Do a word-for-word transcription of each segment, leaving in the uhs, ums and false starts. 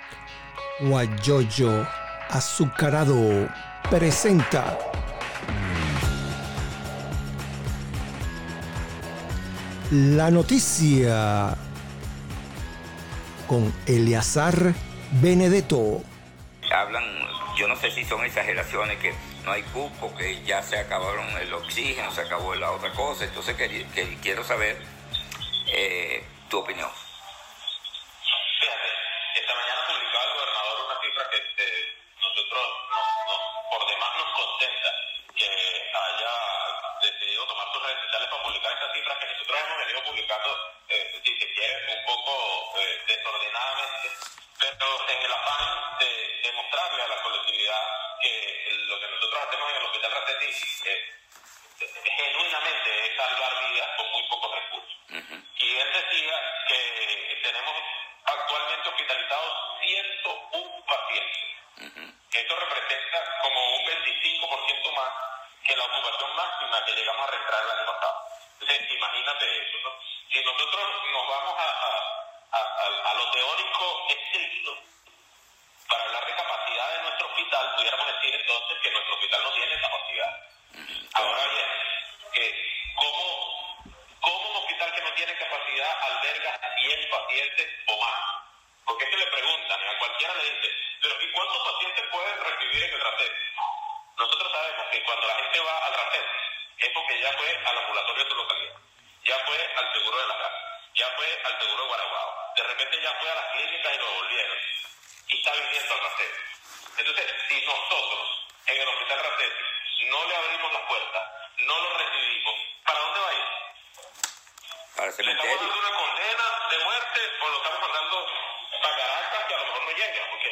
Guayoyo Azucarado presenta la noticia con Eleazar Benedetto. Hablan, yo no sé si son exageraciones, que no hay cupo, que ya se acabaron el oxígeno, se acabó la otra cosa. Entonces que, que quiero saber eh, tu opinión. Fíjate, esta mañana publicaba el gobernador una cifra que eh, nosotros nos, nos, por demás nos contenta que haya decidido tomar sus redes sociales para publicar estas cifras que nosotros hemos venido publicando, eh, si se quiere, un poco eh, desordenadamente, pero en el afán de demostrarle a la colectividad que lo que nosotros hacemos en el Hospital Racetti eh, genuinamente es salvar vidas con muy pocos recursos. Uh-huh. Y él decía que tenemos actualmente hospitalizados ciento uno pacientes. Uh-huh. Esto representa como un veinticinco por ciento más que la ocupación máxima que llegamos a registrar el año pasado. Entonces, imagínate eso, ¿no? Si nosotros nos vamos a, a, a, a, a lo teórico estricto, para hablar de capacidad de nuestro hospital, pudiéramos decir entonces que nuestro hospital no tiene capacidad. Uh-huh. Ahora bien, eh, ¿cómo, ¿cómo un hospital que no tiene capacidad alberga cien pacientes o más? Porque es que le preguntan, a cualquiera le dicen, pero ¿y cuántos pacientes pueden recibir en el Racetti? Nosotros sabemos que cuando la gente va al Racetti es porque ya fue al ambulatorio de su localidad, ya fue al seguro de la casa, ya fue al seguro de Guaraguao, de repente ya fue a las clínicas y lo volvieron, y está viniendo al Racetti. Entonces, si nosotros en el Hospital Racetti no le abrimos las puertas, no lo recibimos, ¿para dónde va a ir? Para el cementerio. ¿Le estamos dando una condena de muerte o lo estamos mandando para Caracas, que a lo mejor no llega? Porque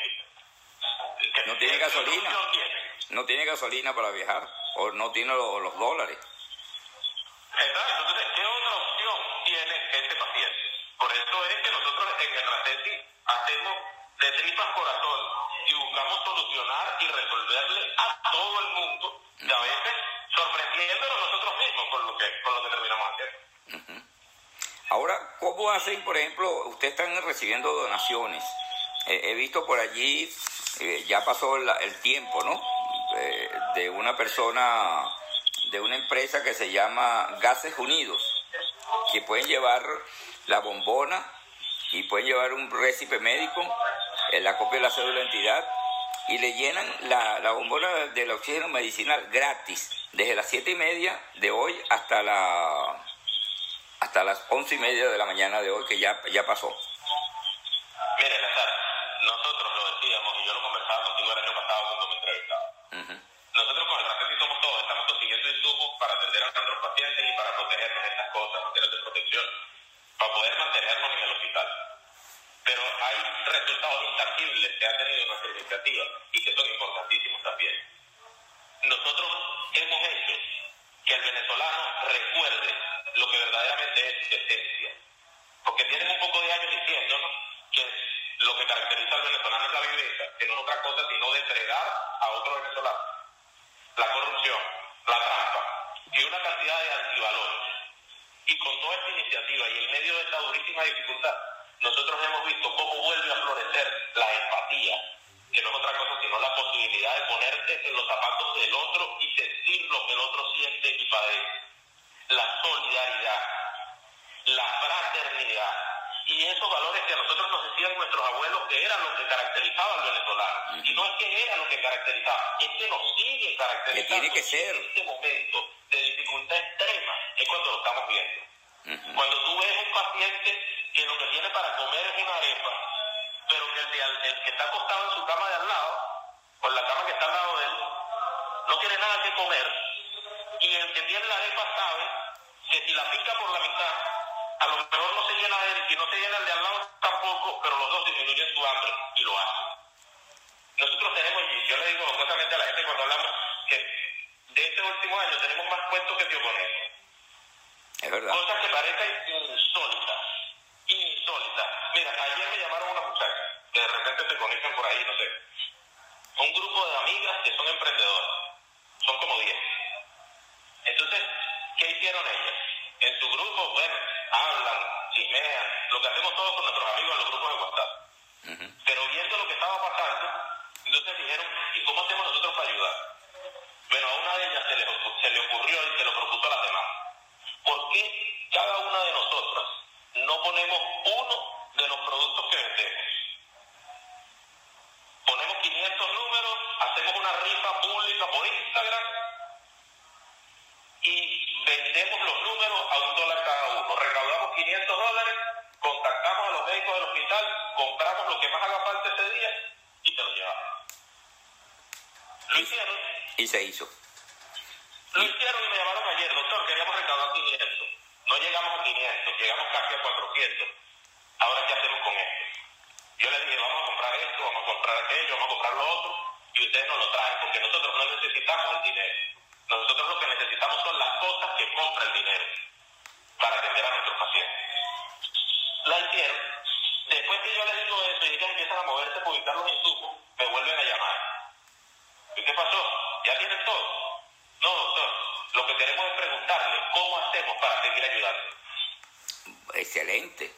no tiene gasolina. Tiene? No tiene gasolina para viajar, o no tiene los, los dólares. Exacto. Entonces, ¿qué otra opción tiene este paciente? Por eso es que nosotros en el Racetti hacemos de tripas corazón y buscamos solucionar y resolverle a todo el mundo, y a veces sorprendiéndonos nosotros mismos con lo que, con lo que terminamos haciendo. Uh-huh. Ahora, ¿cómo hacen, por ejemplo, ustedes están recibiendo donaciones? Eh, he visto por allí, eh, ya pasó la, el tiempo, ¿no? Eh, de una persona, de una empresa que se llama Gases Unidos, que pueden llevar la bombona y pueden llevar un récipe médico, eh, la copia de la cédula de identidad, y le llenan la, la bombona del oxígeno medicinal gratis, desde las siete y media de hoy hasta la hasta las once y media de la mañana de hoy, que ya, ya pasó. Mire, Lazar, nosotros lo decíamos, y yo lo conversaba contigo el año pasado cuando me entrevistaba. Uh-huh. Nosotros con el Racetti somos todos, estamos consiguiendo insumos para atender a nuestros pacientes y para protegernos de estas cosas, materiales de protección, para poder mantenernos en el hospital. Pero hay resultados intangibles que ha tenido nuestra iniciativa y que son importantísimos también. Nosotros hemos hecho que el venezolano recuerde lo que verdaderamente es su esencia. Porque tienen un poco de años diciéndonos que lo que caracteriza al venezolano es la viveza, que no es otra cosa sino depredar a otro venezolano. La corrupción, la trampa y una cantidad de antivalores. Y con toda esta iniciativa y en medio de esta durísima dificultad, nosotros hemos visto cómo vuelve a florecer la empatía, que no es otra cosa sino la posibilidad de ponerte en los zapatos del otro y sentir lo que el otro siente y padece. La solidaridad, la fraternidad y esos valores que a nosotros nos decían nuestros abuelos que eran lo que caracterizaba al venezolano. Y no es que era lo que caracterizaba, es que nos sigue caracterizando. Que tiene que ser. En este momento de dificultad extrema es cuando lo estamos viendo. Uh-huh. Cuando tú ves un paciente que lo que tiene para comer es una arepa, pero que el, de, el que está acostado en su cama de al lado, o en la cama que está al lado de él, no tiene nada que comer, y el que tiene la arepa sabe que si la pica por la mitad, a lo mejor no se llena él y no se llena el de al lado tampoco, pero los dos disminuyen su hambre y lo hacen. Nosotros tenemos, y yo le digo justamente a la gente cuando hablamos, que de este último año tenemos más cuentos que Diogones. Es verdad. Cosas que parecen insólitas, insólitas. Mira, ayer me llamaron una muchacha, que de repente se conectan por ahí, no sé. Un grupo de amigas que son emprendedoras. Son como diez. Entonces, ¿qué hicieron ellas? En su grupo, bueno, hablan, chismean, lo que hacemos todos con nuestros amigos en los grupos de WhatsApp. Uh-huh. Pero viendo lo que pasando. Entonces dijeron, ¿y cómo hacemos nosotros para ayudar? Bueno, a una de ellas se le, se le ocurrió y se lo propuso a las demás. ¿Por qué cada una de nosotras no ponemos uno de los productos que vendemos? Ponemos quinientos números, hacemos una rifa pública por Instagram y vendemos los números a un dólar cada uno. Recaudamos quinientos dólares, contactamos a los médicos del hospital, compramos lo que más haga falta ese día y te lo llevamos. Lo hicieron. Y se hizo. Lo hicieron y me llamaron ayer, doctor, queríamos recaudar quinientos. No llegamos a quinientos, llegamos casi a cuatrocientos. Ahora, ¿qué hacemos con esto? Yo les dije, vamos a comprar esto, vamos a comprar aquello, vamos a comprar lo otro, y ustedes nos lo traen, porque nosotros no necesitamos el dinero. Nosotros lo que necesitamos son las cosas que compra el dinero para atender a nuestros pacientes. La hicieron. Después que yo les digo eso y ellos empiezan a moverse a ubicar los insumos, me vuelven a llamar. ¿Y qué pasó? ¿Ya tienen todo? No, doctor. Lo que queremos es preguntarle cómo hacemos para seguir ayudando. Excelente.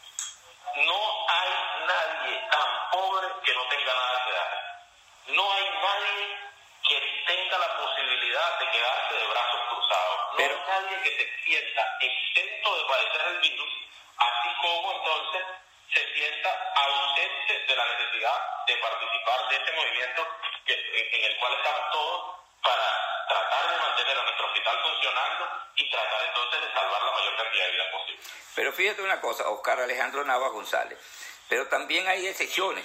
No hay nadie tan pobre que no tenga nada que dar. No hay nadie que tenga la posibilidad de quedarse de brazos cruzados. No Pero... hay nadie que se sienta exento de padecer el virus, así como entonces se sienta ausente de la necesidad de participar de este movimiento que, en el cual estamos todos para tratar de mantener a nuestro hospital funcionando y tratar entonces de salvar la mayor cantidad de vidas posible. Pero fíjate una cosa, Oscar Alejandro Navas González, pero también hay excepciones.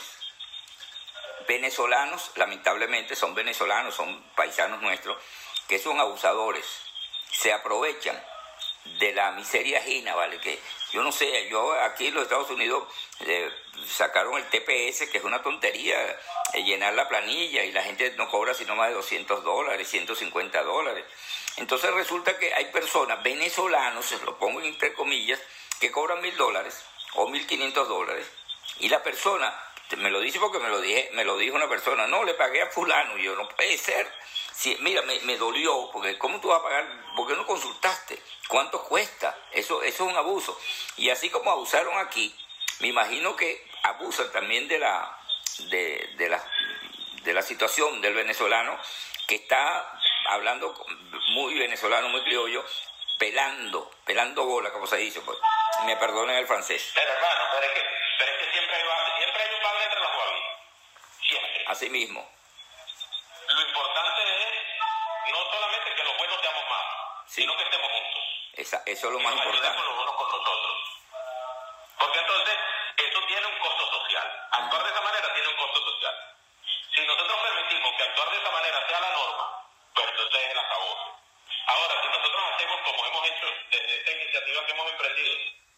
Venezolanos, lamentablemente son venezolanos, son paisanos nuestros, que son abusadores, se aprovechan de la miseria ajena, ¿vale? Que yo no sé, yo aquí en los Estados Unidos eh, sacaron el T P S, que es una tontería, eh, llenar la planilla y la gente no cobra sino más de doscientos dólares, ciento cincuenta dólares. Entonces resulta que hay personas, venezolanos, se lo pongo entre comillas, que cobran mil dólares o mil quinientos dólares y la persona, me lo dice porque me lo dije, me lo dijo una persona, no, le pagué a fulano, y yo, no puede ser. Sí, mira, me, me dolió, porque ¿cómo tú vas a pagar? ¿Por qué no consultaste? ¿Cuánto cuesta? Eso, eso es un abuso. Y así como abusaron aquí, me imagino que abusan también de la, de, de la, de la situación del venezolano, que está hablando muy venezolano, muy criollo, pelando, pelando bola, como se dice, pues. Me perdonen el francés. Pero hermano, pero es que, pero es que siempre, hay, siempre hay un padre entre los guabitos. Siempre. Así mismo. Lo importante es no solamente que los buenos seamos más, sí, sino que estemos juntos. Esa, eso es lo y más nos importante. Ayudemos los unos con los otros. Porque entonces, eso tiene un costo social. Actuar de esa manera tiene un costo social. Si nosotros permitimos que actuar de esa manera sea la norma, pues entonces es el acabose. Ahora, si nosotros hacemos como hemos hecho desde esta iniciativa que hemos emprendido,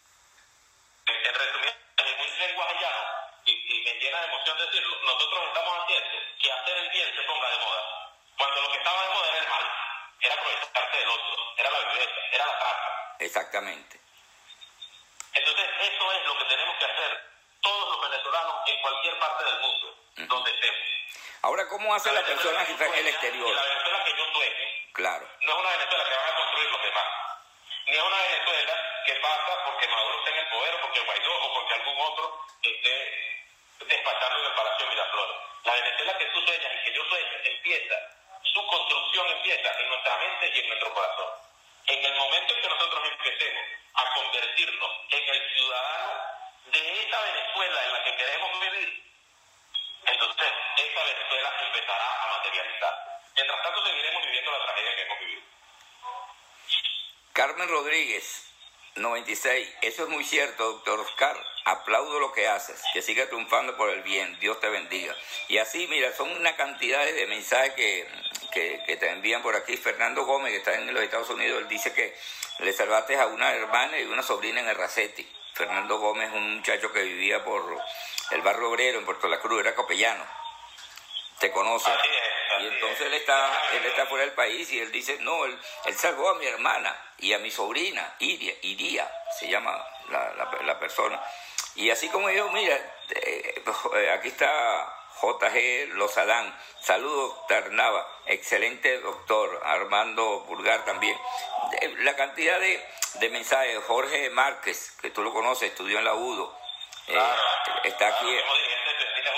en resumen, en un lenguaje llano, y, y me llena de emoción decirlo, nosotros estamos haciendo que hacer el bien se ponga de moda. Cuando lo que estaba de moda era el mal, era aprovecharse del otro, era la violencia, era la trampa. Exactamente. Entonces, eso es lo que tenemos que hacer todos los venezolanos en cualquier parte del mundo, uh-huh, donde estemos. Ahora, ¿cómo hace la, la persona que está en el exterior? La Venezuela que yo sueño, claro, no es una Venezuela que van a construir los demás, ni es una Venezuela que pasa porque Maduro esté en el poder, o porque Guaidó, o porque algún otro esté despachando en el Palacio Miraflores. La Venezuela que tú sueñas y que yo sueño empieza, su construcción empieza en nuestra mente y en nuestro corazón. En el momento en que nosotros empecemos a convertirnos en el ciudadano de esa Venezuela en la que queremos vivir, entonces esa Venezuela empezará a materializar. Mientras tanto seguiremos viviendo la tragedia que hemos vivido. Carmen Rodríguez, noventa y seis, eso es muy cierto, doctor Oscar, aplaudo lo que haces, que siga triunfando por el bien, Dios te bendiga. Y así, mira, son una cantidad de mensajes que, que, que te envían por aquí. Fernando Gómez, que está en los Estados Unidos, él dice que le salvaste a una hermana y una sobrina en el Racetti. Fernando Gómez, un muchacho que vivía por el barrio obrero en Puerto La Cruz, era copellano, te conoce. Así es, así y entonces es. él está, él está fuera del país y él dice, no, él, él salvó a mi hermana y a mi sobrina, Iria, Iria se llama la, la, la persona. Y así como yo, mira, eh, aquí está J G Lozadán, saludos Ternava, excelente doctor, Armando Pulgar también. La cantidad de, de mensajes, Jorge Márquez, que tú lo conoces, estudió en la U D O, eh, Claro, está aquí. claro,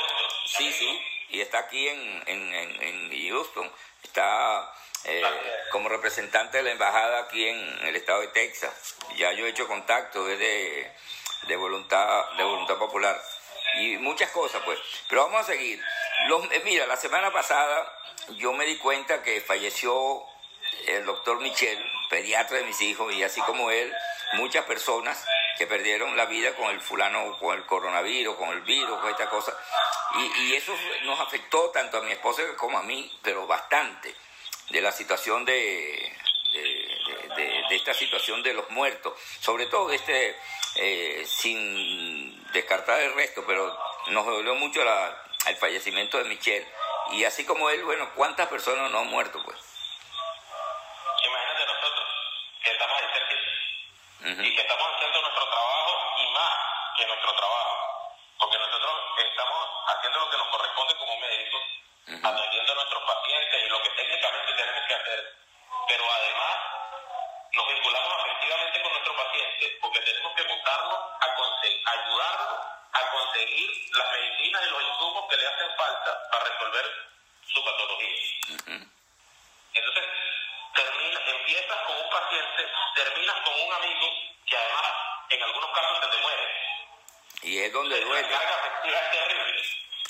Sí, sí, y está aquí en, en, en, en Houston, está eh, como representante de la embajada aquí en el estado de Texas. Ya yo he hecho contacto, es de, de voluntad de voluntad popular y muchas cosas, pues. Pero vamos a seguir. Los, eh, mira, la semana pasada yo me di cuenta que falleció el doctor Michel, pediatra de mis hijos, y así como él, muchas personas que perdieron la vida con el fulano, con el coronavirus, con el virus, con esta cosa. Y, y eso nos afectó tanto a mi esposa como a mí, pero bastante, de la situación de, de, de, de, de esta situación de los muertos, sobre todo este, eh, sin descartar el resto, pero nos dolió mucho la, el fallecimiento de Michel. Y así como él, bueno, ¿cuántas personas no han muerto, pues? Imagínate nosotros, que estamos ahí cerquita, uh-huh. y que estamos haciendo nuestro trabajo y más que nuestro trabajo, porque nosotros estamos haciendo lo que nos corresponde como médicos, uh-huh. atendiendo a nuestros pacientes y lo que técnicamente tenemos que hacer, pero además nos vinculamos afectivamente con nuestros pacientes, porque tenemos que buscarlos, a conseguir, ayudarlos a conseguir las medicinas y los insumos que le hacen falta para resolver su patología. Uh-huh. Entonces, termina, empiezas con un paciente, terminas con un amigo que además en algunos casos se te muere. Y es donde duele. La carga afectiva es terrible.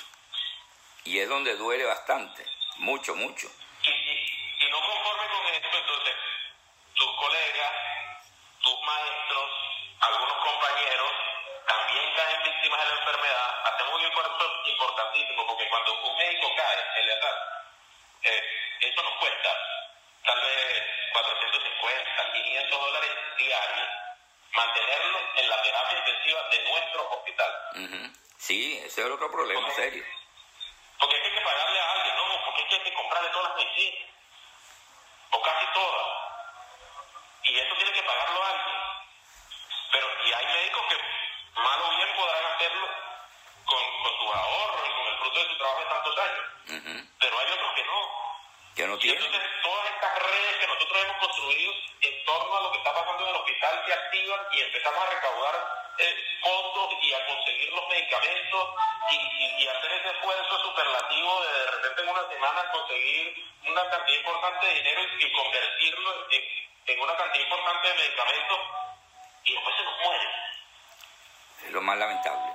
Y es donde duele bastante, mucho, mucho. Y, y, y no conforme con esto, entonces, tus colegas, tus maestros, algunos compañeros también caen víctimas de la enfermedad. Hacemos un esfuerzo importantísimo porque cuando un médico cae en la edad, eh, eso nos cuesta tal vez cuatrocientos cincuenta, quinientos dólares diarios mantenerlo en la terapia intensiva de nuestro hospital. Uh-huh. Sí, ese es el otro problema, porque, serio. Porque hay que pagarle a alguien, no, porque hay que comprarle todas las medicinas, o casi todas, y eso tiene que pagarlo a alguien. Pero y hay médicos que mal o bien podrán hacerlo con, con sus ahorros y con el fruto de su trabajo de tantos años, uh-huh. pero hay otros que no. Que no tienen. Y entonces todas estas redes que nosotros hemos construido en torno a lo que está pasando en el hospital se activan y empezamos a recaudar eh, fondos y a conseguir los medicamentos y, y, y hacer ese esfuerzo superlativo de de repente en una semana conseguir una cantidad importante de dinero y, y convertirlo en, en una cantidad importante de medicamentos y después se nos muere. Es lo más lamentable.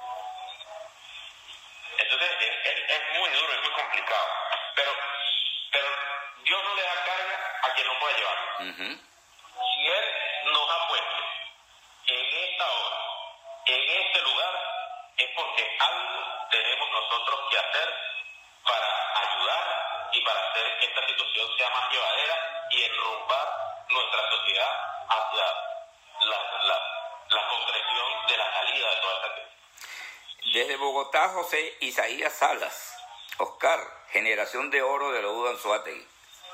Entonces es, es, es muy duro, es muy complicado. Pero, pero Dios no le da carga a quien no puede llevarlo. Uh-huh. Si Él nos ha puesto en esta hora, en este lugar, es porque algo tenemos nosotros que hacer para ayudar y para hacer que esta situación sea más llevadera y enrumbar nuestra sociedad hacia la, la, la concreción de la salida de toda esta crisis. Desde Bogotá, José Isaías Salas. Oscar, generación de oro de la U de Anzoátegui.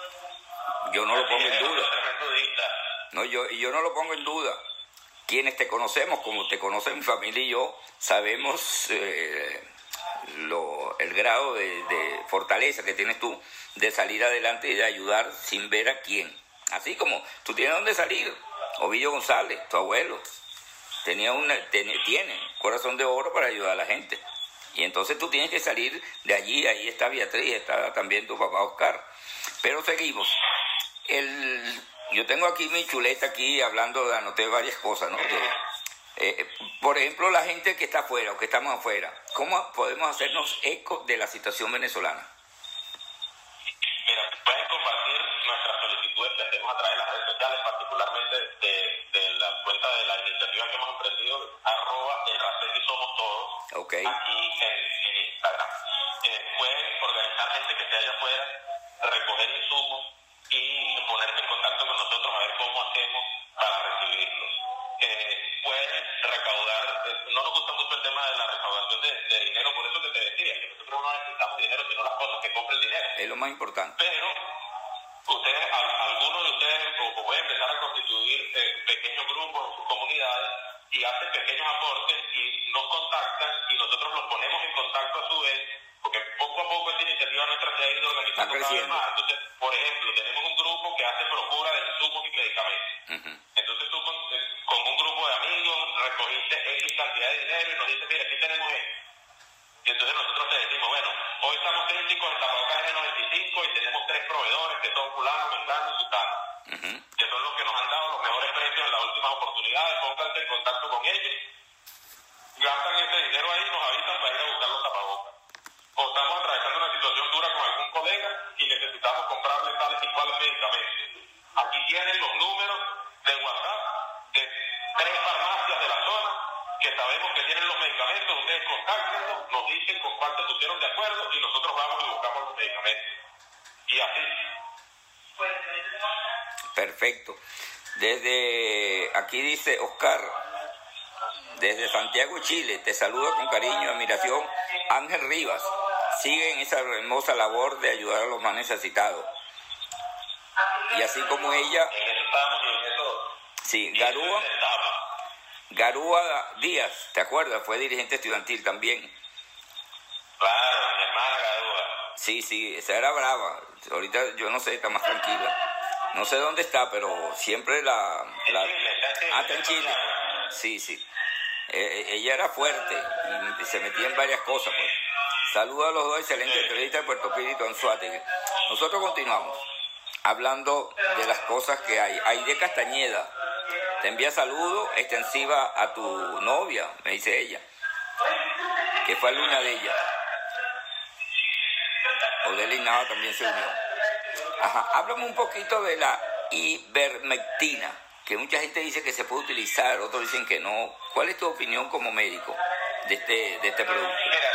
Yo no lo pongo en duda. No, yo, yo no lo pongo en duda. Quienes te conocemos, como te conoce mi familia y yo, sabemos eh, lo, el grado de, de fortaleza que tienes tú de salir adelante y de ayudar sin ver a quién. Así como tú tienes dónde salir. Ovidio González, tu abuelo, tenía una, ten, tiene corazón de oro para ayudar a la gente. Y entonces tú tienes que salir de allí. Ahí está Beatriz, está también tu papá Oscar. Pero seguimos. El, yo tengo aquí mi chuleta aquí hablando, anoté varias cosas, ¿no? De, eh, por ejemplo, la gente que está afuera o que estamos afuera, ¿cómo podemos hacernos eco de la situación venezolana? Mira, pueden compartir nuestras solicitudes que hacemos a través de las redes sociales, particularmente de, de la cuenta de la iniciativa que hemos emprendido, arroba el Raceti Somos Todos, okay. aquí en, en Instagram. Eh, pueden organizar gente que esté allá afuera, recoger insumos y ponerse en contacto con nosotros a ver cómo hacemos para recibirlos. Eh, pueden recaudar, eh, no nos gusta mucho el tema de la recaudación de, de dinero, por eso que te decía, que nosotros no necesitamos dinero, sino las cosas que compre el dinero. Es lo más importante. Pero ustedes, a, algunos de ustedes o, o pueden empezar a constituir eh, pequeños grupos en sus comunidades y hacen pequeños aportes y nos contactan y nosotros los ponemos en contacto a su vez, porque poco a poco esta iniciativa nuestra se ha ido organizando cada vez más. Entonces, por ejemplo, tenemos un grupo que hace procura de insumos y medicamentos. Uh-huh. Entonces tú con, con un grupo de amigos recogiste X cantidad de dinero y nos dices, mira, aquí tenemos esto. Y entonces nosotros te decimos, bueno, hoy estamos críticos en tapabocas N noventa y cinco y tenemos tres proveedores que son fulano, mengano y sutano, uh-huh. que son los que nos han dado los mejores precios en las últimas oportunidades. Pónganse en contacto con ellos, gastan ese dinero ahí y nos avisan para ir a buscar los tapabocas. O estamos atravesando una situación dura con algún colega y necesitamos comprarle tales y cuales medicamentos. Aquí tienen los números de WhatsApp de tres farmacias de la zona que sabemos que tienen los medicamentos. Ustedes contáctenlos, nos dicen con cuál se pusieron de acuerdo y nosotros vamos y buscamos los medicamentos. Y así. Perfecto. Desde aquí dice Oscar, desde Santiago, Chile, te saluda con cariño y admiración Ángel Rivas. Sigue en esa hermosa labor de ayudar a los más necesitados. Y así como ella, sí, Garúa, Garúa Díaz, ¿te acuerdas? Fue dirigente estudiantil también. Claro, mi hermana Garúa. Sí, sí, esa era brava. Ahorita yo no sé, está más tranquila. No sé dónde está, pero siempre la... la... Ah, está en Chile. Sí, sí. Eh, ella era fuerte y se metía en varias cosas, pues. Saludos a los dos, excelente entrevista de Puerto Píritu, Anzoátegui. Nosotros continuamos hablando de las cosas que hay. Aide Castañeda te envía saludos extensiva a tu novia, me dice ella, que fue alumna de ella. Odeli Nava también se unió. Ajá, háblame un poquito de la ivermectina, que mucha gente dice que se puede utilizar, otros dicen que no. ¿Cuál es tu opinión como médico de este, de este producto?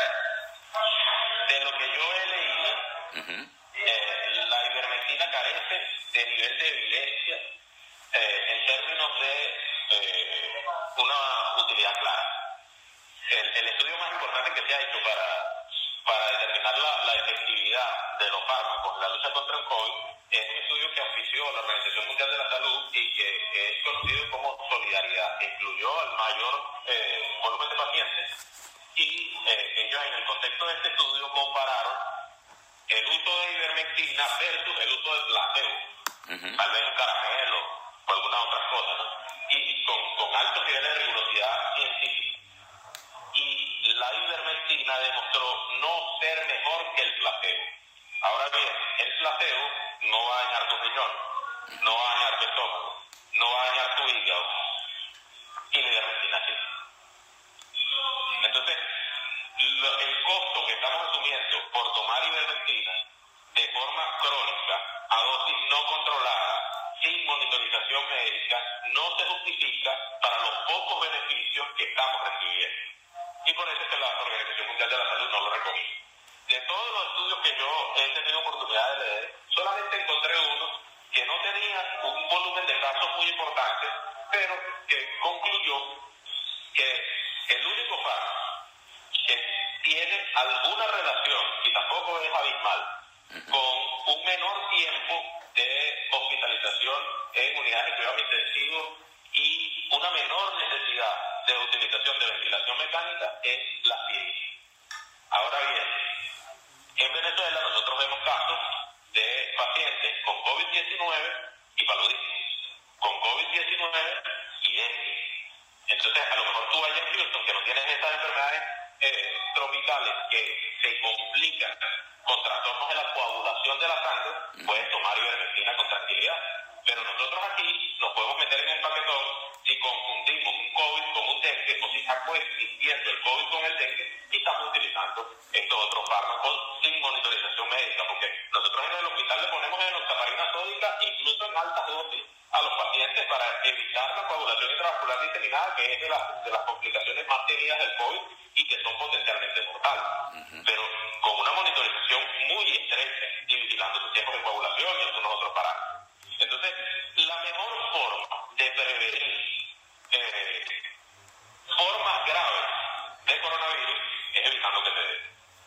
De lo que yo he leído, uh-huh. eh, la ivermectina carece de nivel de evidencia eh, en términos de eh, una utilidad clara. El, el estudio más importante que se ha hecho para, para determinar la, la efectividad de los fármacos en la lucha contra el COVID es un estudio que auspició la Organización Mundial de la Salud y que es conocido como Solidaridad, que incluyó al mayor eh, volumen de pacientes. Y eh, ellos en el contexto de este estudio compararon el uso de ivermectina versus el uso de placebo, uh-huh. tal vez un caramelo o algunas otras cosas, ¿no? y con, con altos niveles de rigurosidad científica. Y la ivermectina demostró no ser mejor que el placebo. Ahora bien, el placebo no va a dañar tu riñón, no va a dañar tu estómago, no va a dañar tu hígado, y la ivermectina sí. Entonces, lo, el costo que estamos asumiendo por tomar ivermectina de forma crónica, a dosis no controlada, sin monitorización médica, no se justifica para los pocos beneficios que estamos recibiendo. Y por eso es que la Organización Mundial de la Salud no lo recomienda. De todos los estudios que yo he tenido oportunidad de leer, solamente encontré uno que no tenía un volumen de casos muy importante, pero que concluyó que el único fármaco que tiene alguna relación, y tampoco es abismal, con un menor tiempo de hospitalización en unidades de cuidado intensivo y una menor necesidad de utilización de ventilación mecánica es la aspirina. Ahora bien, en Venezuela nosotros vemos casos de pacientes con COVID diecinueve y paludismo, con COVID diecinueve y dengue. Entonces, a lo mejor tú allá en Houston, que no tienes estas enfermedades eh, tropicales que se complican con trastornos de la coagulación de la sangre, puedes tomar ivermectina con tranquilidad. Pero nosotros aquí nos podemos meter en el paquetón si confundimos un COVID con un dengue o si está coexistiendo el COVID con el dengue y estamos utilizando estos otros fármacos sin monitorización médica, porque nosotros en el hospital le ponemos enoxaparina sódica incluso en altas dosis a los pacientes para evitar la coagulación intravascular diseminada, que es de, la, de las complicaciones más temidas del COVID y que son potencialmente mortales. Uh-huh. Pero con una monitorización muy estrecha y vigilando sus tiempos de coagulación y algunos otros parámetros. Entonces, la mejor forma de prevenir eh, formas graves de coronavirus es evitando que te dé.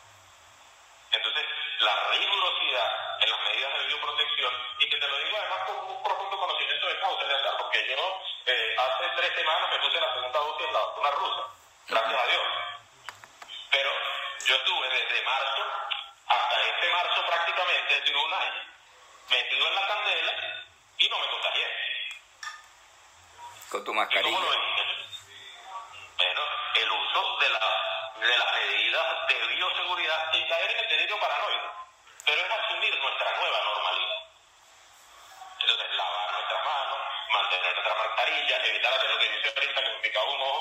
Entonces, la rigurosidad en las medidas de bioprotección, y que te lo digo además con un profundo conocimiento de causa, Leandro, porque yo eh, hace tres semanas me puse la segunda dosis de la vacuna rusa, gracias a Dios. Pero yo estuve desde marzo hasta este marzo prácticamente, es decir, un año, metido en la candela y no me contagié. Con tu mascarilla. ¿Y cómo lo hice? Bueno, el uso de, la, de las medidas de bioprotección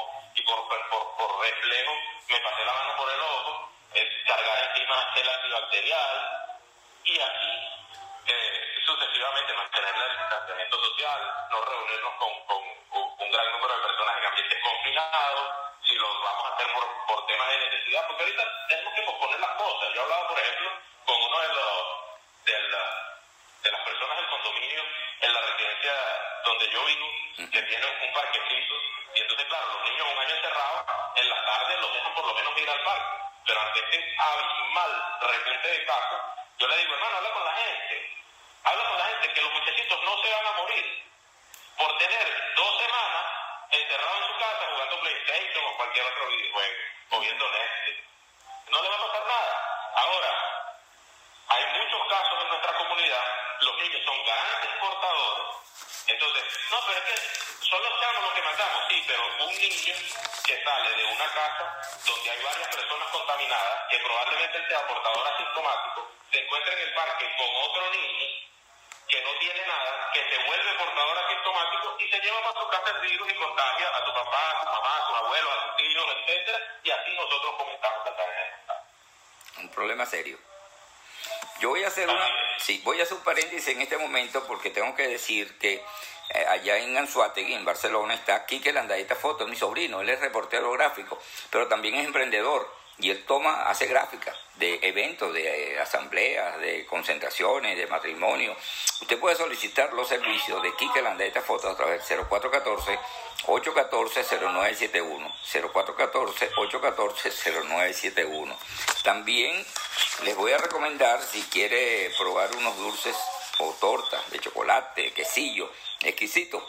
y por, por, por reflejo me pasé la mano por el ojo, eh, cargar encima gel antibacterial y así eh, sucesivamente mantener el distanciamiento social, no reunirnos con, con, con un gran número de personas en ambientes confinados, si lo vamos a hacer por, por temas de necesidad, porque ahorita tenemos que posponer las cosas. Yo hablaba, por ejemplo, con uno de los de, la, de las personas del condominio en la residencia donde yo vivo, que tiene un parquecito, y entonces, claro, los niños un año encerrados, en las tardes los dejan por lo menos ir al parque, pero ante este abismal repunte de casos, yo le digo, hermano, habla con la gente, habla con la gente, que los muchachitos no se van a morir por tener dos semanas encerrados en su casa jugando PlayStation o cualquier otro videojuego, o viendo Netflix. No le va a pasar nada. Ahora, hay muchos casos en nuestra comunidad, los niños son grandes portadores, entonces, no, pero es que son los chamos los que matamos, sí, pero un niño que sale de una casa donde hay varias personas contaminadas, que probablemente sea portador asintomático, se encuentra en el parque con otro niño que no tiene nada, que se vuelve portador asintomático y se lleva para su casa el virus y contagia a tu papá, a tu mamá, a tus abuelos, a tus tíos, etcétera, y así nosotros comenzamos a traer. Un problema serio. Yo voy a hacer una, sí, voy a hacer un paréntesis en este momento porque tengo que decir que eh, allá en Anzoátegui, en Barcelona, está Quique Landaeta Foto, mi sobrino. Él es reportero gráfico, pero también es emprendedor y él toma, hace gráficas de eventos, de eh, asambleas, de concentraciones, de matrimonio. Usted puede solicitar los servicios de Quique Landaeta Foto a través del cero cuatro uno cuatro, ocho uno cuatro, cero nueve siete uno, cero cuatro uno cuatro, ocho uno cuatro, cero nueve siete uno. También les voy a recomendar, si quiere probar unos dulces o tortas de chocolate, quesillo, exquisito,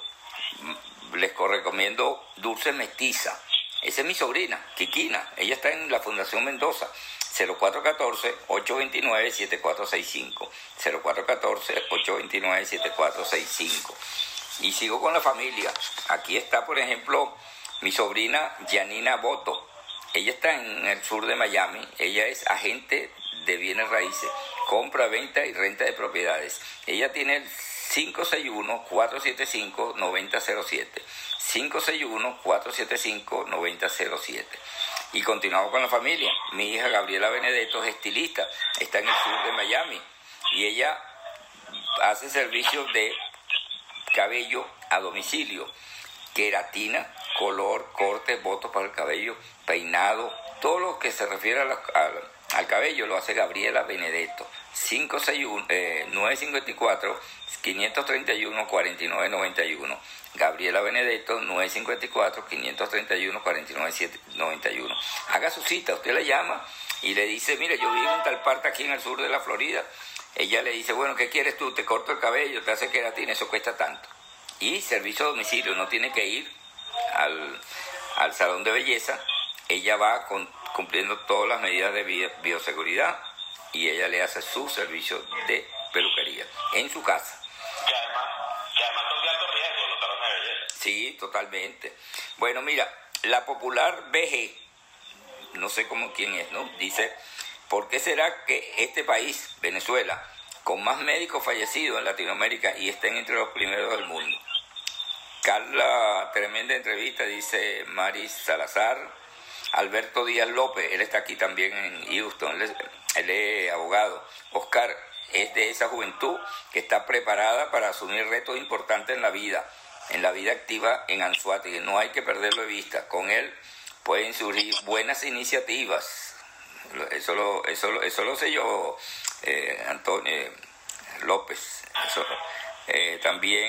les recomiendo Dulce Mestiza. Esa es mi sobrina, Kikina. Ella está en la Fundación Mendoza. cero cuatro uno cuatro, ocho dos nueve, siete cuatro seis cinco. cero cuatro uno cuatro, ocho dos nueve, siete cuatro seis cinco. Y sigo con la familia. Aquí está, por ejemplo, mi sobrina Janina Boto. Ella está en el sur de Miami. Ella es agente de bienes raíces, compra, venta y renta de propiedades. Ella tiene el cinco seis uno, cuatro siete cinco, nueve cero cero siete. cinco seis uno, cuatro siete cinco, nueve cero cero siete. Y continuamos con la familia. Mi hija Gabriela Benedetto es estilista, está en el sur de Miami y ella hace servicios de cabello a domicilio, queratina, color, corte, botos para el cabello, peinado, todo lo que se refiere a la, a, al cabello lo hace Gabriela Benedetto. cinco seis uno, eh, nueve cinco cuatro, cinco tres uno, cuatro nueve nueve uno. Gabriela Benedetto, nueve cinco cuatro, cinco tres uno, cuatro nueve nueve uno. Haga su cita, usted la llama y le dice, mire, yo vivo en tal parte aquí en el sur de la Florida. Ella le dice, bueno, ¿qué quieres tú? Te corto el cabello, te hace queratina, eso cuesta tanto. Y servicio a domicilio, no tiene que ir al, al salón de belleza. Ella va con, cumpliendo todas las medidas de bio, bioseguridad y ella le hace su servicio de peluquería en su casa. Que además, que además son de alto riesgo los salones de belleza. Sí, totalmente. Bueno, mira, la popular B G, no sé cómo quién es, ¿no? Dice, ¿por qué será que este país, Venezuela, con más médicos fallecidos en Latinoamérica y estén entre los primeros del mundo? Carla, tremenda entrevista, dice Mari Salazar. Alberto Díaz López, él está aquí también en Houston, él es, él es abogado. Oscar es de esa juventud que está preparada para asumir retos importantes en la vida, en la vida activa en Anzoátegui. No hay que perderlo de vista. Con él pueden surgir buenas iniciativas. Eso lo, eso lo, eso lo sé yo, eh, Antonio eh, López. Eso, eh, también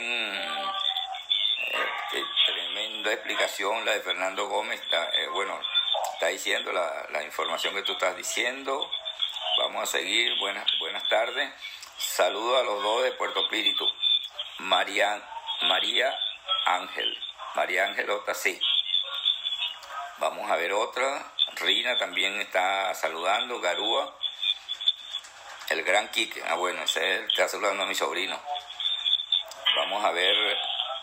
eh, tremenda explicación la de Fernando Gómez. La, eh, bueno, está diciendo la, la información que tú estás diciendo. Vamos a seguir. Buenas, buenas tardes. Saludos a los dos de Puerto Espíritu. María, María Ángel. María Ángel Ota, sí. Vamos a ver otra. Rina también está saludando. Garúa. El gran Quique. Ah, bueno, ese está saludando a mi sobrino. Vamos a ver.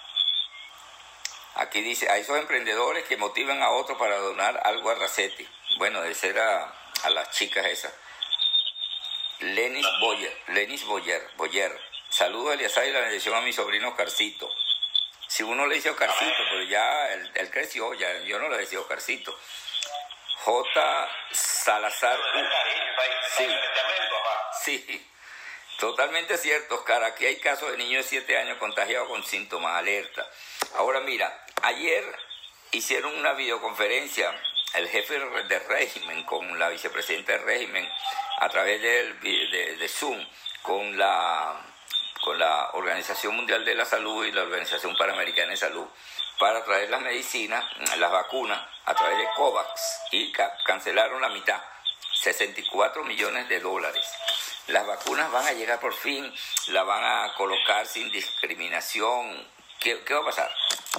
Aquí dice, a esos emprendedores que motivan a otros para donar algo a Racetti. Bueno, ese era a las chicas esas. Lenis Boyer, Lenis Boyer, Boyer. Saludos a Eliasar y la bendición a mi sobrino Oscarcito. Si uno le dice Oscarcito, pero ya él, él creció, ya yo no le decía Oscarcito. J. Salazar. Sí, sí, totalmente cierto, Oscar. Aquí hay casos de niños de siete años contagiados con síntomas, alerta. Ahora mira, ayer hicieron una videoconferencia el jefe de régimen con la vicepresidenta del régimen a través de, de, de Zoom con la, con la Organización Mundial de la Salud y la Organización Panamericana de Salud para traer las medicinas, las vacunas a través de COVAX y ca cancelaron la mitad, sesenta y cuatro millones de dólares. Las vacunas van a llegar por fin, la van a colocar sin discriminación. ¿Qué, qué va a pasar?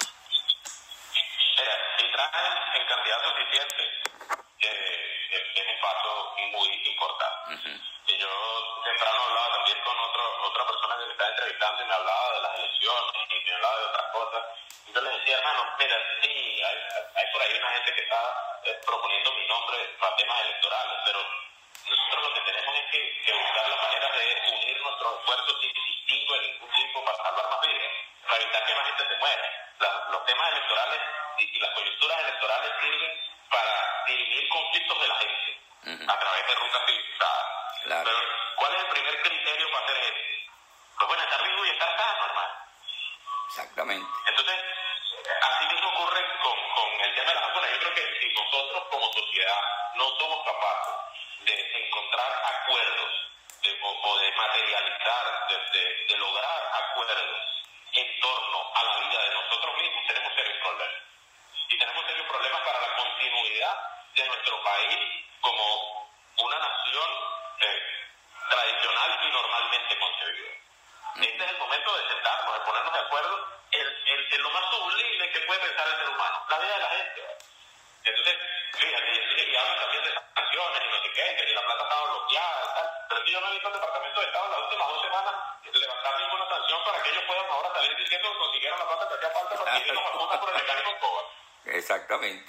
Mira, si traen en cantidad suficiente, eh, es un paso muy importante. Uh-huh. Y yo temprano hablaba también con otro, otra persona que me estaba entrevistando y me hablaba de las elecciones y me hablaba de otras cosas. Y yo le decía, hermano, mira, sí, hay, hay por ahí una gente que está eh, proponiendo mi nombre para temas electorales, pero nosotros lo que tenemos es que, que buscar las maneras de unir nuestros esfuerzos sin distingo de ningún tipo para salvar más vidas, para evitar que más gente se muera. La, los temas electorales y, y las coyunturas electorales sirven para dirimir conflictos de la gente uh-huh. a través de rutas civilizadas. Claro. Pero, ¿cuál es el primer criterio para hacer eso? Pues bueno, estar vivo y estar sano, hermano. Exactamente. Entonces, así mismo ocurre con, con el tema de las vacunas. Yo creo que si nosotros como sociedad no somos capaces de encontrar acuerdos de, o, o de materializar, de, de, de lograr acuerdos en torno a la vida de nosotros mismos, tenemos serios problemas. Y tenemos serios problemas para la continuidad de nuestro país como una nación eh, tradicional y normalmente concebida. Este es el momento de sentarnos, de ponernos de acuerdo en, en, en lo más sublime que puede pensar el ser humano, la vida de la gente. Entonces, fíjate, y, y hablan también de sanciones y no sé qué, que ni la plata estaba bloqueada y tal, pero es que yo no he visto al Departamento de Estado en las últimas dos semanas levantar ninguna sanción para que ellos puedan ahora salir diciendo que consiguieron la plata que hacía falta para que ellos nos apuntan por el mecanismo COVAX. Exactamente.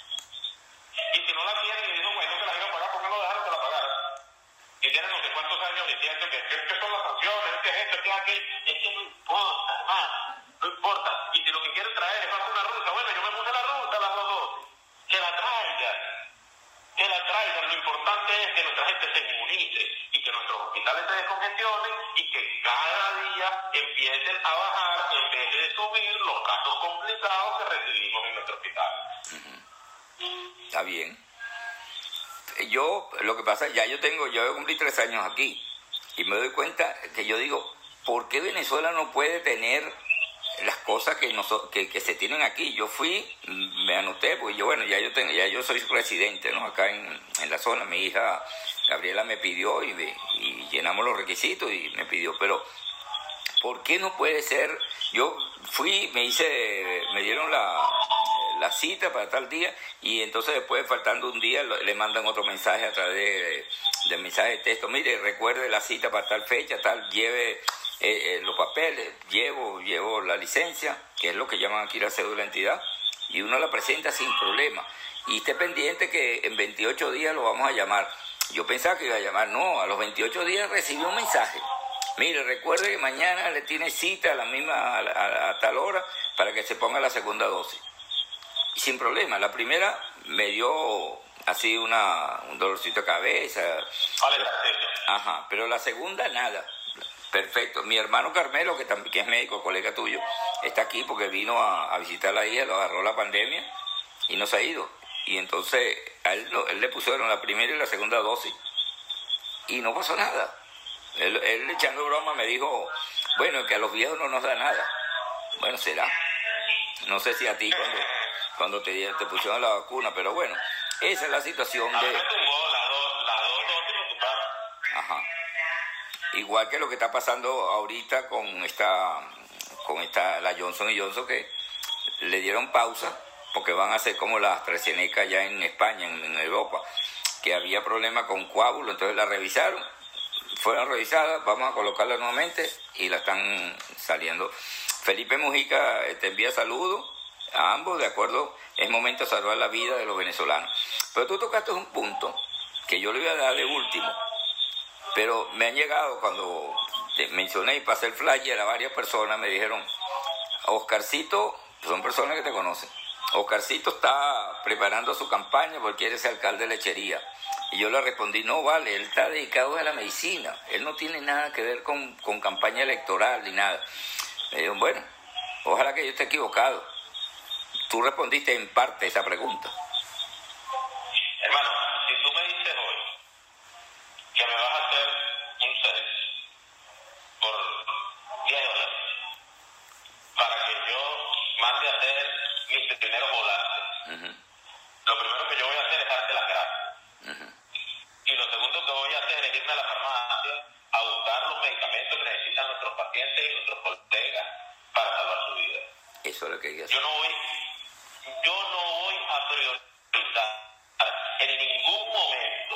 Y si no la tienen y dicen, bueno, que la iban a pagar, ¿por qué no dejaron que la pagaran? Y tienen no sé cuántos años diciendo que, que, que son las sanciones, que es esto, que es aquello. Es que no importa, hermano, no importa. Y si lo que quieren traer es una ruta, bueno, yo me puse la ruta a las dos dosis. Que la traigan, que la traigan. Lo importante es que nuestra gente se inmunice y que nuestros hospitales se descongestionen y que cada día empiecen a bajar en vez de subir los casos complicados que recibimos en nuestro hospital. Uh-huh. Está bien. Yo, lo que pasa, ya yo tengo, yo cumplí tres años aquí y me doy cuenta que yo digo, ¿por qué Venezuela no puede tener las cosas que, nos, que, que se tienen aquí? Yo fui, me anoté, porque yo, bueno, ya yo tengo, ya yo soy residente, ¿no? Acá en, en la zona, mi hija Gabriela me pidió y, me, y llenamos los requisitos y me pidió, pero ¿por qué no puede ser? Yo fui, me hice, me dieron la, la cita para tal día y entonces después, faltando un día, le mandan otro mensaje a través de, de mensaje de texto. Mire, recuerde la cita para tal fecha, tal, lleve eh, eh, los papeles, llevo, llevo la licencia, que es lo que llaman aquí la cédula de identidad, y uno la presenta sin problema. Y esté pendiente que en veintiocho días lo vamos a llamar. Yo pensaba que iba a llamar, no, a los veintiocho días recibí un mensaje. Mire, recuerde que mañana le tiene cita a la misma, a, a, a tal hora para que se ponga la segunda dosis. Y sin problema, la primera me dio así una, un dolorcito de cabeza. Vale, ajá, pero la segunda nada. Perfecto. Mi hermano Carmelo, que también que es médico, colega tuyo, está aquí porque vino a, a visitar a la hija, lo agarró la pandemia y no se ha ido. Y entonces a él, él le pusieron la primera y la segunda dosis y no pasó nada. Él, él echando broma me dijo, bueno, que a los viejos no nos da nada. Bueno, será. No sé si a ti cuando, cuando te, te pusieron la vacuna, pero bueno, esa es la situación de... Ajá. Igual que lo que está pasando ahorita con esta, con esta, la Johnson y Johnson, que le dieron pausa porque van a hacer como la AstraZeneca ya en España, en, en Europa, que había problemas con coágulos, entonces la revisaron. Fueron revisadas, vamos a colocarla nuevamente y la están saliendo. Felipe Mujica te envía saludos a ambos, de acuerdo, es momento de salvar la vida de los venezolanos. Pero tú tocaste un punto que yo le voy a dar de último, pero me han llegado, cuando te mencioné y pasé el flyer a varias personas, me dijeron, Oscarcito, son personas que te conocen. Oscarcito está preparando su campaña porque quiere ser alcalde de Lechería. Y yo le respondí, no vale, él está dedicado a la medicina. Él no tiene nada que ver con, con campaña electoral ni nada. Me dijo, bueno, ojalá que yo esté equivocado. Tú respondiste en parte esa pregunta. Hermano, si tú me dices hoy que me vas a hacer un service por diez dólares para que yo mande a hacer mis primeros volantes, uh-huh. Lo primero que yo voy a hacer es darte las gracias. Uh-huh. Y lo segundo que voy a hacer es irme a la farmacia a buscar los medicamentos que necesitan nuestros pacientes y nuestros colegas para salvar su vida. Eso es lo que hay que hacer. Yo no voy, yo no voy a priorizar en ningún momento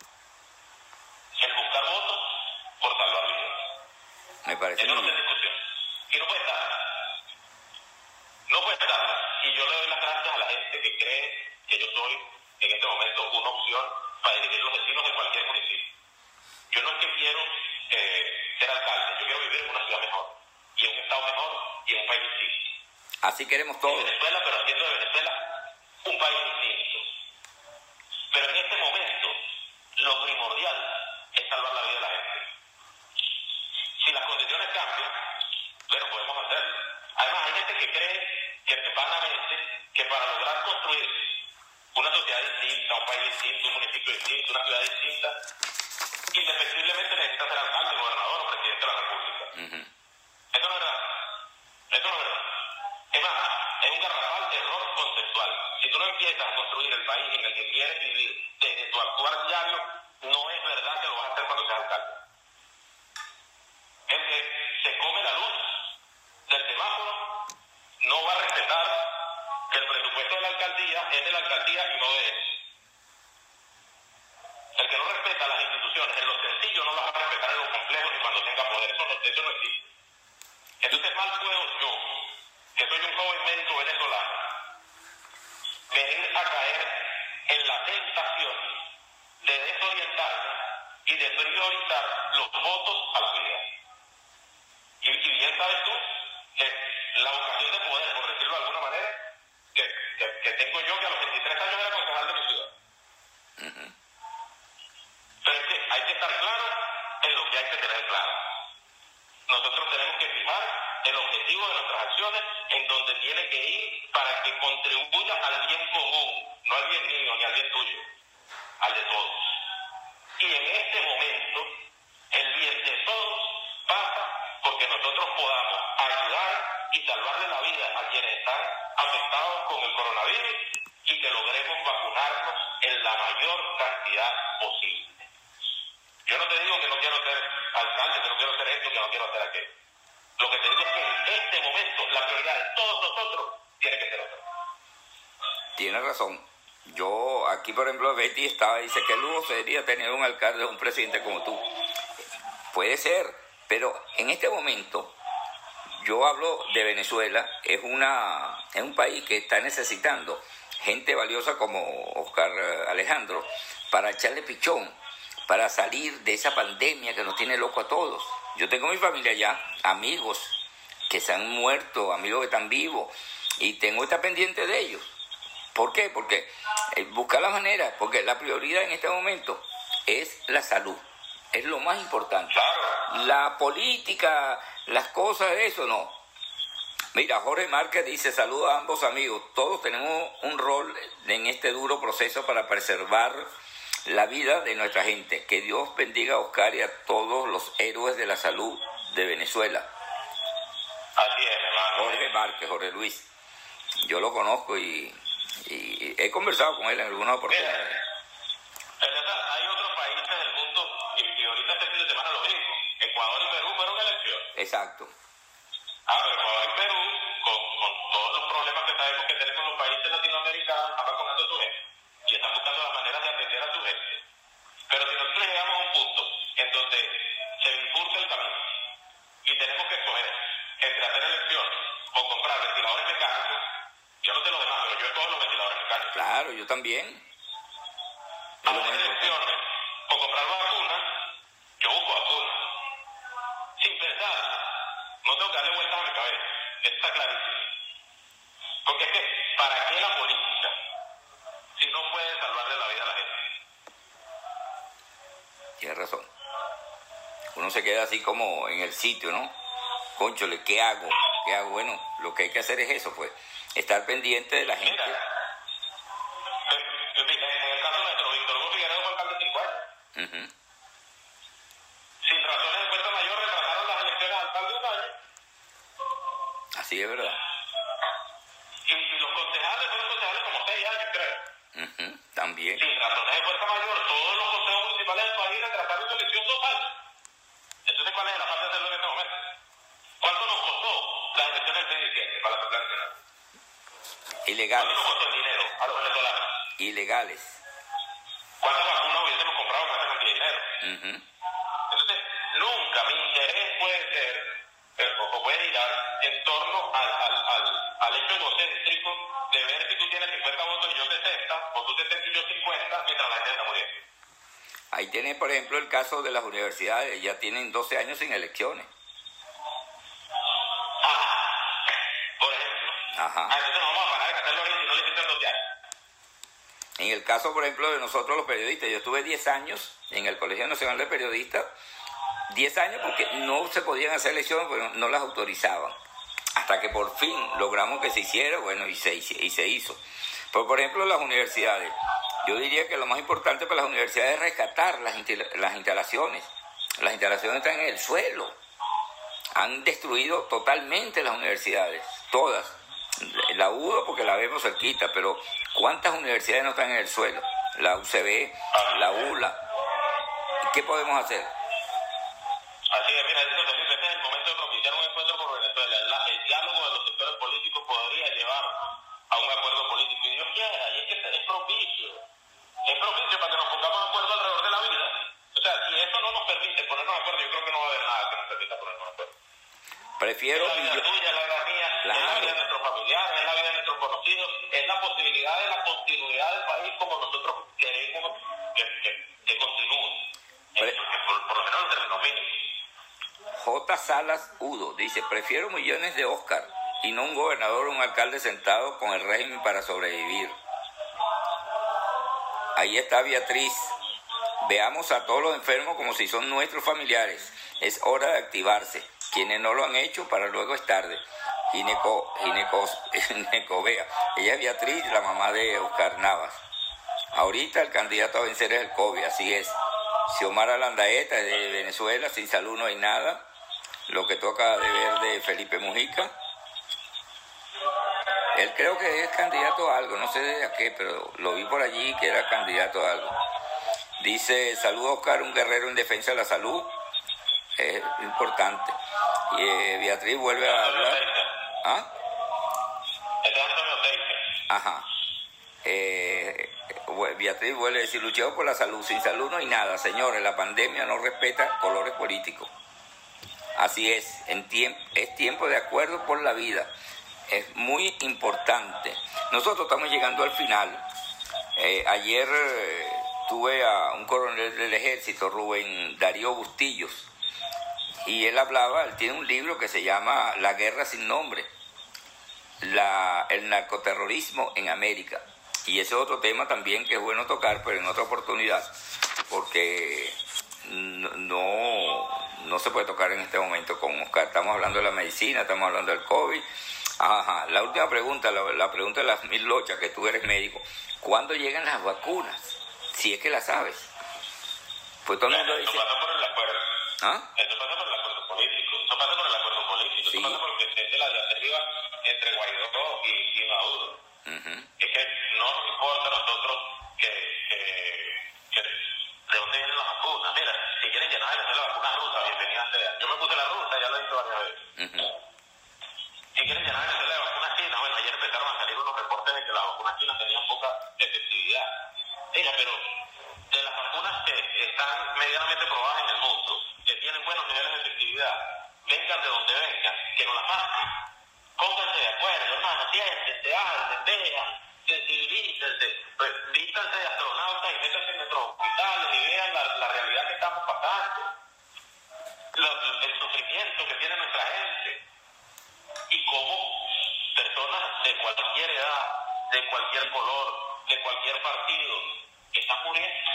el buscar votos por salvar vidas. Me parece Eso no es discusión. Y no puede estar. No puede estar. Y yo le doy las gracias a la gente que cree que yo soy en este momento una opción para dirigir los destinos de cualquier municipio. Yo no es que quiero eh, ser alcalde, yo quiero vivir en una ciudad mejor, y en un estado mejor, y en un país distinto. Así queremos todos. En Venezuela, pero haciendo de Venezuela un país distinto. Pero en este momento, lo primordial es salvar la vida de la gente. Si las condiciones cambian, pero podemos hacerlo. Además, hay gente que cree que vanamente que para lograr construir una sociedad distinta, un país distinto, un municipio distinto, una ciudad distinta, indefectiblemente necesita ser alcalde, gobernador o presidente de la República. Uh-huh. Eso no es verdad. Eso no es verdad. Es más, es un garrafal error conceptual. Si tú no empiezas a construir el país en el que quieres vivir desde tu actuar diario, no es verdad que lo vas a hacer cuando seas alcalde. El que se come la luz del semáforo no va a respetar que el presupuesto de la alcaldía es de la alcaldía y no de él. El que no respeta las instituciones en lo sencillo no las va a respetar en lo complejo ni cuando tenga poder. Eso no, eso no existe. Entonces mal puedo yo, que soy un joven médico venezolano, venir a caer en la tentación de desorientarme y de priorizar los votos a la vida. Y, y bien sabes tú que la vocación de poder, por decirlo de alguna manera, que, que, que tengo yo, que a los veintitrés años era concejal de mi ciudad. Uh-huh. Pero es que hay que estar claro en lo que hay que tener claro. Nosotros tenemos que fijar el objetivo de nuestras acciones en donde tiene que ir para que contribuya al bien común, no al bien mío ni al bien tuyo, al de todos. Y en este momento, el bien de todos pasa porque nosotros podamos ayudar y salvarle la vida a quienes están afectados con el coronavirus y que logremos vacunarnos en la mayor cantidad posible. Yo no te digo que no quiero ser alcalde, que no quiero ser esto, que no quiero hacer aquello. Lo que te digo es que en este momento la prioridad de todos nosotros tiene que ser otra. Tienes razón. Yo aquí, por ejemplo, Betty estaba dice que lujo sería tener un alcalde o un presidente como tú. Puede ser, pero en este momento yo hablo de Venezuela, es una es un país que está necesitando gente valiosa como Oscar Alejandro para echarle pichón, para salir de esa pandemia que nos tiene loco a todos. Yo tengo mi familia allá, amigos que se han muerto, amigos que están vivos, y tengo que estar pendiente de ellos. ¿Por qué? Porque eh, buscar la manera, porque la prioridad en este momento es la salud, es lo más importante. La política, las cosas de eso, no. Mira, Jorge Márquez dice, saludos a ambos amigos, todos tenemos un rol en este duro proceso para preservar la vida de nuestra gente. Que Dios bendiga a Oscar y a todos los héroes de la salud de Venezuela. Así es, hermano. Jorge Márquez, Jorge Luis. Yo lo conozco y, y he conversado con él en algunas oportunidades. Mira, hay otros países del mundo, y, y ahorita este fin de semana lo mismo. Ecuador y Perú fueron elecciones. Exacto. Ah, pero Ecuador y Perú, con, con todos los problemas que sabemos que tenemos los países latinoamericanos, están vacunando a su gente. Y están buscando las maneras de atender a su gente. Pero si nosotros llegamos a un punto en donde se bifurca el camino y tenemos que escoger entre hacer elecciones o comprar ventiladores mecánicos, yo no sé los demás, pero yo escojo los ventiladores mecánicos. Claro, yo también. Hacer elecciones o comprar vacunas, yo busco vacunas. Sin pensar, no tengo que darle vueltas a mi cabeza. eso está clarísimo. Porque es que, ¿para qué la política si no puede salvarle la vida a la gente? Tienes razón. Uno se queda así como en el sitio, ¿no? Cónchole, ¿qué hago? ¿Qué hago? Bueno, lo que hay que hacer es eso, pues. Estar pendiente de la gente. Mira, en el caso nuestro, Víctor Hugo Figueredo fue alcalde de cinco años. Uh-huh. Sin razones de fuerza mayor retrasaron las elecciones al alcalde un año. Así es verdad. Y, y los concejales fueron concejales como seis años, creo. Uh-huh. También. Sin razones de fuerza mayor, todos los consejos municipales del país retrasaron su elección dos años. Entonces, ¿cuál es la falta de hacerlo en este momento? ¿Cuánto nos costó las elecciones del seis de diciembre para la Asamblea Nacional? Ilegales. ¿Cuánto nos costó el dinero a los venezolanos? Ilegales. ¿Cuántas vacunas hubiésemos comprado con esa cantidad de dinero? Uh-huh. Entonces, nunca mi interés puede ser, eh, o puede girar en torno al, al, al, al hecho egocéntrico de ver si tú tienes cincuenta votos y yo sesenta, o tú sesenta y yo cincuenta, mientras la gente está muriendo. Ahí tiene, por ejemplo, el caso de las universidades. Ya tienen doce años sin elecciones. Ah, por ejemplo. Ajá. Ah, entonces no vamos a parar de gastarlo ahorita y no le quitan doce años. En el caso, por ejemplo, de nosotros los periodistas, yo estuve diez años en el Colegio Nacional de Periodistas, diez años porque no se podían hacer elecciones, porque no las autorizaban. Hasta que por fin logramos que se hiciera, bueno, y se, y se hizo. Pero, por ejemplo, las universidades. Yo diría que lo más importante para las universidades es rescatar las, las instalaciones. Las instalaciones están en el suelo. Han destruido totalmente las universidades, todas. La UDO porque la vemos cerquita, pero ¿cuántas universidades no están en el suelo? La U C B, la ULA. ¿Qué podemos hacer? Así es, mira, este es el momento de propiciar un encuentro por Venezuela. La, el diálogo de los sectores políticos podría llevar a un acuerdo político, y Dios quiera, y es que es propicio. Es propicio para que nos pongamos de acuerdo alrededor de la vida. O sea, si eso no nos permite ponernos de acuerdo, yo creo que no va a haber nada que nos permita ponernos de acuerdo. Prefiero... Es la vida yo... tuya, es la vida mía, claro. Es la vida de nuestros familiares, es la vida de nuestros conocidos, es la posibilidad de la continuidad del país como nosotros queremos que, que, que continúe. Pre... Por, por lo menos en términos mínimos. J. Salas Udo dice, prefiero millones de Oscar y no un gobernador o un alcalde sentado con el régimen para sobrevivir. Ahí está Beatriz. Veamos a todos los enfermos como si son nuestros familiares. Es hora de activarse. Quienes no lo han hecho, para luego es tarde. Gineco, Gineco, Ginecovea. Ella es Beatriz, la mamá de Oscar Navas. Ahorita el candidato a vencer es el COVID, así es. Xiomara Landaeta es de Venezuela, sin salud no hay nada. Lo que toca de ver de Felipe Mujica. Él creo que es candidato a algo, no sé de a qué, pero lo vi por allí que era candidato a algo. Dice, saludos Oscar, un guerrero en defensa de la salud. Es importante. Y eh, Beatriz vuelve a hablar. ¿Ah? Este es Antonio Teixe. Ajá. Eh, Beatriz vuelve a decir, luchemos por la salud. Sin salud no hay nada, señores. La pandemia no respeta colores políticos. Así es. En tiemp- es tiempo de acuerdo por la vida. Es muy importante. Nosotros estamos llegando al final. Eh, ayer eh, tuve a un coronel del ejército, Rubén Darío Bustillos, y él hablaba, él tiene un libro que se llama La guerra sin nombre, la, el narcoterrorismo en América. Y ese es otro tema también que es bueno tocar, pero en otra oportunidad, porque no, no, no se puede tocar en este momento con Oscar. Estamos hablando de la medicina, estamos hablando del COVID. Ajá, la última pregunta, la, la pregunta de las mil lochas, que tú eres médico. ¿Cuándo llegan las vacunas? Si es que las sabes. Pues todo el mundo dice... Eso pasa por el acuerdo. ¿Ah? Eso pasa por el acuerdo político. Eso pasa por el acuerdo político. Sí. Eso pasa porque es la diatriba entre Guaidó y, y Maduro. Uh-huh. Es que no nos importa a nosotros que, que, que de dónde vienen las vacunas. Mira, si quieren llenar de la vacuna rusa, bienvenida sea. Yo me puse la rusa, ya lo he dicho varias veces. Uh-huh. Si quieren llenar de la vacuna china, bueno, ayer empezaron a salir unos reportes de que las vacunas chinas tenían poca efectividad. Mira, pero de las vacunas que están medianamente probadas en el mundo, que tienen buenos niveles de efectividad, vengan de donde vengan, que no las manden. Pónganse de acuerdo, hermano, siéntense, hablen, vean, sensibilícense, pues, vístanse de astronautas y métanse en nuestros hospitales y vean la, la realidad que estamos pasando, Lo, el sufrimiento que tiene nuestra gente y cómo de cualquier color, de cualquier partido, están muriendo.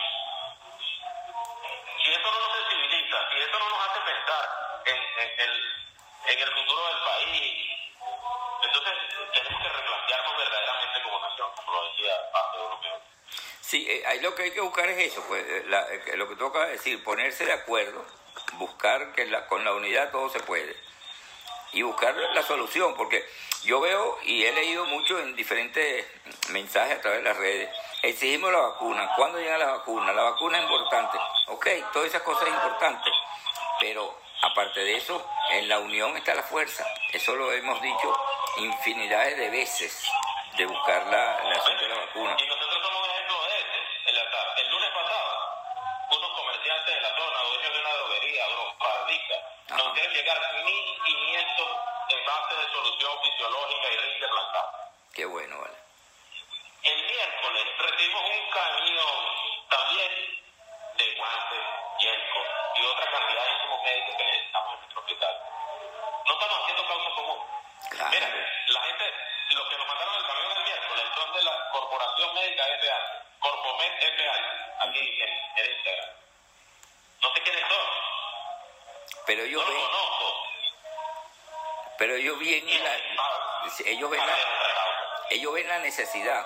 Si eso no nos sensibiliza, si eso no nos hace pensar en, en, el, en el futuro del país, entonces tenemos que replantearnos verdaderamente como nación, como lo decía hace unos minutos. Sí, eh, ahí lo que hay que buscar es eso, pues la, eh, lo que tú acabas de decir, ponerse de acuerdo, buscar que la, con la unidad todo se puede y buscar la solución, porque yo veo y he leído mucho en diferentes mensajes a través de las redes, exigimos la vacuna, ¿cuándo llega la vacuna? La vacuna es importante, ok, todas esas cosas es importante, pero aparte de eso, en la unión está la fuerza, eso lo hemos dicho infinidades de veces, de buscar la, la acción de la vacuna. Y nosotros somos un ejemplo de ese, el azar. El lunes pasado, unos comerciantes de la zona, dueños de una droguería, drogadicta, nos quieren llegar mil quinientos envases de solución fisiológica y Ringer lanzada. Qué bueno, vale. El miércoles recibimos un camión también de guantes, hielco y otra cantidad de insumos médicos que necesitamos en nuestro hospital. No estamos haciendo causa común. Claro. Mira, la gente, los que nos mandaron el camión el miércoles son de la Corporación Médica F H, Corpomed F H, aquí en, en Instagram. No sé quiénes son. Pero ellos no ven, lo conozco. pero ellos ven la, ellos ven la, ellos ven la necesidad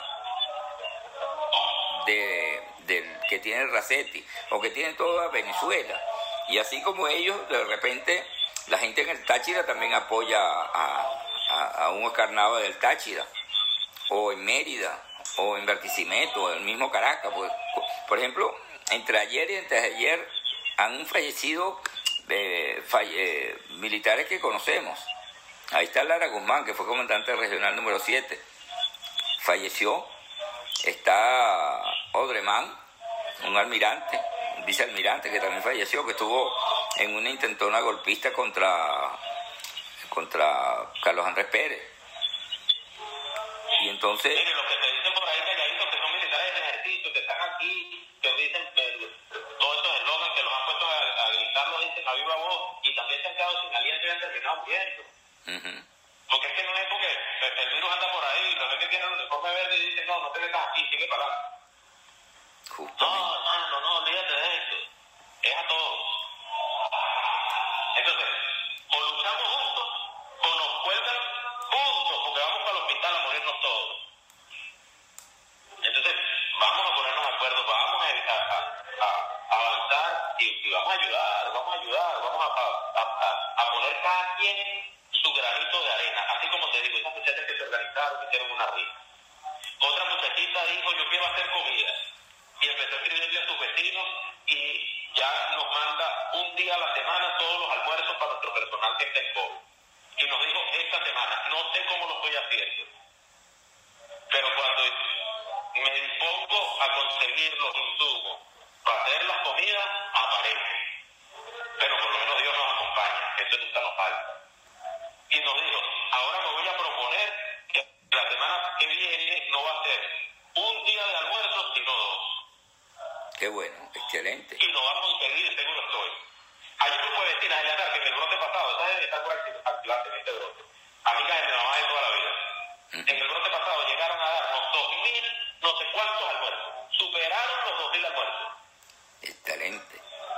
de, de que tiene Racetti o que tiene toda Venezuela, y así como ellos, de repente la gente en el Táchira también apoya a, a, a un Oscar Nava del Táchira, o en Mérida, o en Barquisimeto, o en el mismo Caracas. Pues, por ejemplo, entre ayer y entre ayer han fallecido eh, falle, eh, militares que conocemos. Ahí está Lara Guzmán, que fue comandante regional número siete, falleció. Está Odremán, un almirante, un vicealmirante que también falleció, que estuvo en una intentona golpista contra, contra Carlos Andrés Pérez. Y entonces... Mire, los que te dicen por ahí calladitos que son militares del ejército, que están aquí, que dicen que todos estos eslogans que los han puesto a, a gritar, lo dicen a viva voz, y también se han quedado sin aliento y han terminado muriendo. Uh-huh. Porque es que no es porque el, el virus anda por ahí, los que tienen el uniforme verde y dicen, no, no te metas aquí, sigue para adelante. No, no, no, no, olvídate de esto. Es a todos. Entonces, o luchamos juntos, o nos cuelgan juntos, porque vamos para el hospital a morirnos todos. Entonces, vamos a ponernos de acuerdo, vamos a, a, a, a avanzar y, y vamos a ayudar, vamos a ayudar, vamos a, a, a, a poner cada quien su granito de arena. Así como te digo, esas muchachas que se organizaron, hicieron una rifa. Otra muchachita dijo, yo quiero hacer comida. Y empezó a escribirle a sus vecinos y ya nos manda un día a la semana todos los almuerzos para nuestro personal que está en COVID. Y nos dijo, esta semana, no sé cómo lo estoy haciendo, pero cuando me dispongo a conseguir los insumos para hacer las comidas, aparece. Pero por lo menos Dios nos acompaña, eso nunca nos falta. Y nos dijo, ahora me voy a proponer que la semana que viene no va a ser un día de almuerzo, sino dos. Qué bueno, excelente. Y lo vamos a conseguir, seguro estoy. Hay un grupo de vecinas en la tarde que en el brote pasado, ¿sabes? Está por activarse en este brote. Amigas de mi mamá de toda la vida. Uh-huh. En el brote pasado llegaron a darnos dos mil, no sé cuántos almuerzos. Superaron los dos mil almuerzos. Excelente.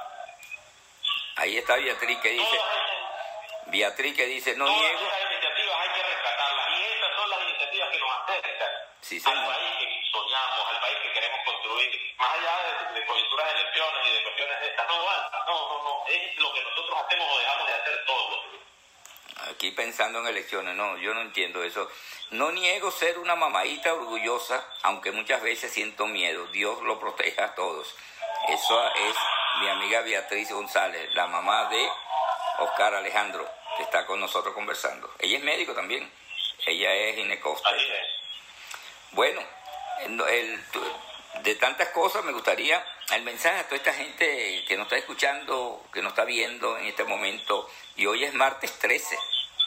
Ahí está Beatriz que dice, Beatriz que dice, no todas niego. Todas esas iniciativas hay que rescatarlas. Y esas son las iniciativas que nos acercan sí, al país que soñamos, al país que queremos construir. Más allá de, de coyunturas de elecciones y de cuestiones de estas, no avanza. No, no, no. Es lo que nosotros hacemos o dejamos de hacer todos los días. Aquí pensando en elecciones, no, yo no entiendo eso. No niego ser una mamadita orgullosa, aunque muchas veces siento miedo. Dios lo proteja a todos. Eso es mi amiga Beatriz González, la mamá de Oscar Alejandro, que está con nosotros conversando. Ella es médico también. Ella es ginecóloga. Bueno, el, el, de tantas cosas me gustaría el mensaje a toda esta gente que nos está escuchando, que nos está viendo en este momento, y hoy es martes trece.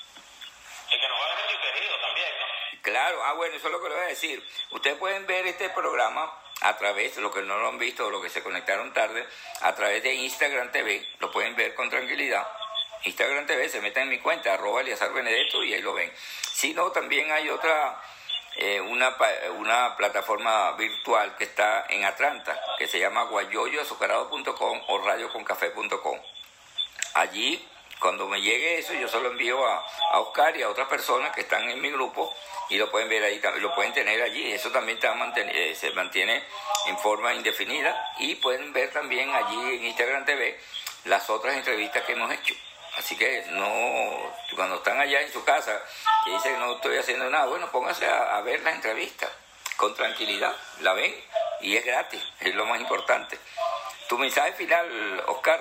Y que nos va a ver en diferido también, ¿no? Claro, ah bueno, eso es lo que le voy a decir. Ustedes pueden ver este programa a través, los que no lo han visto o los que se conectaron tarde, a través de Instagram T V, lo pueden ver con tranquilidad. Instagram T V, se meten en mi cuenta, arroba Eliazar Benedetto, y ahí lo ven. Si no, también hay otra eh, una, una plataforma virtual que está en Atlanta, que se llama guayoyo azucarado punto com o radio con café punto com. Allí, cuando me llegue eso, yo se lo envío a, a Oscar y a otras personas que están en mi grupo y lo pueden ver ahí, lo pueden tener allí. Eso también está manten- se mantiene en forma indefinida y pueden ver también allí en Instagram T V las otras entrevistas que hemos hecho. Así que no, cuando están allá en su casa, que dicen que no estoy haciendo nada, bueno, pónganse a, a ver las entrevistas con tranquilidad, la ven y es gratis, es lo más importante. Tu mensaje final, Oscar.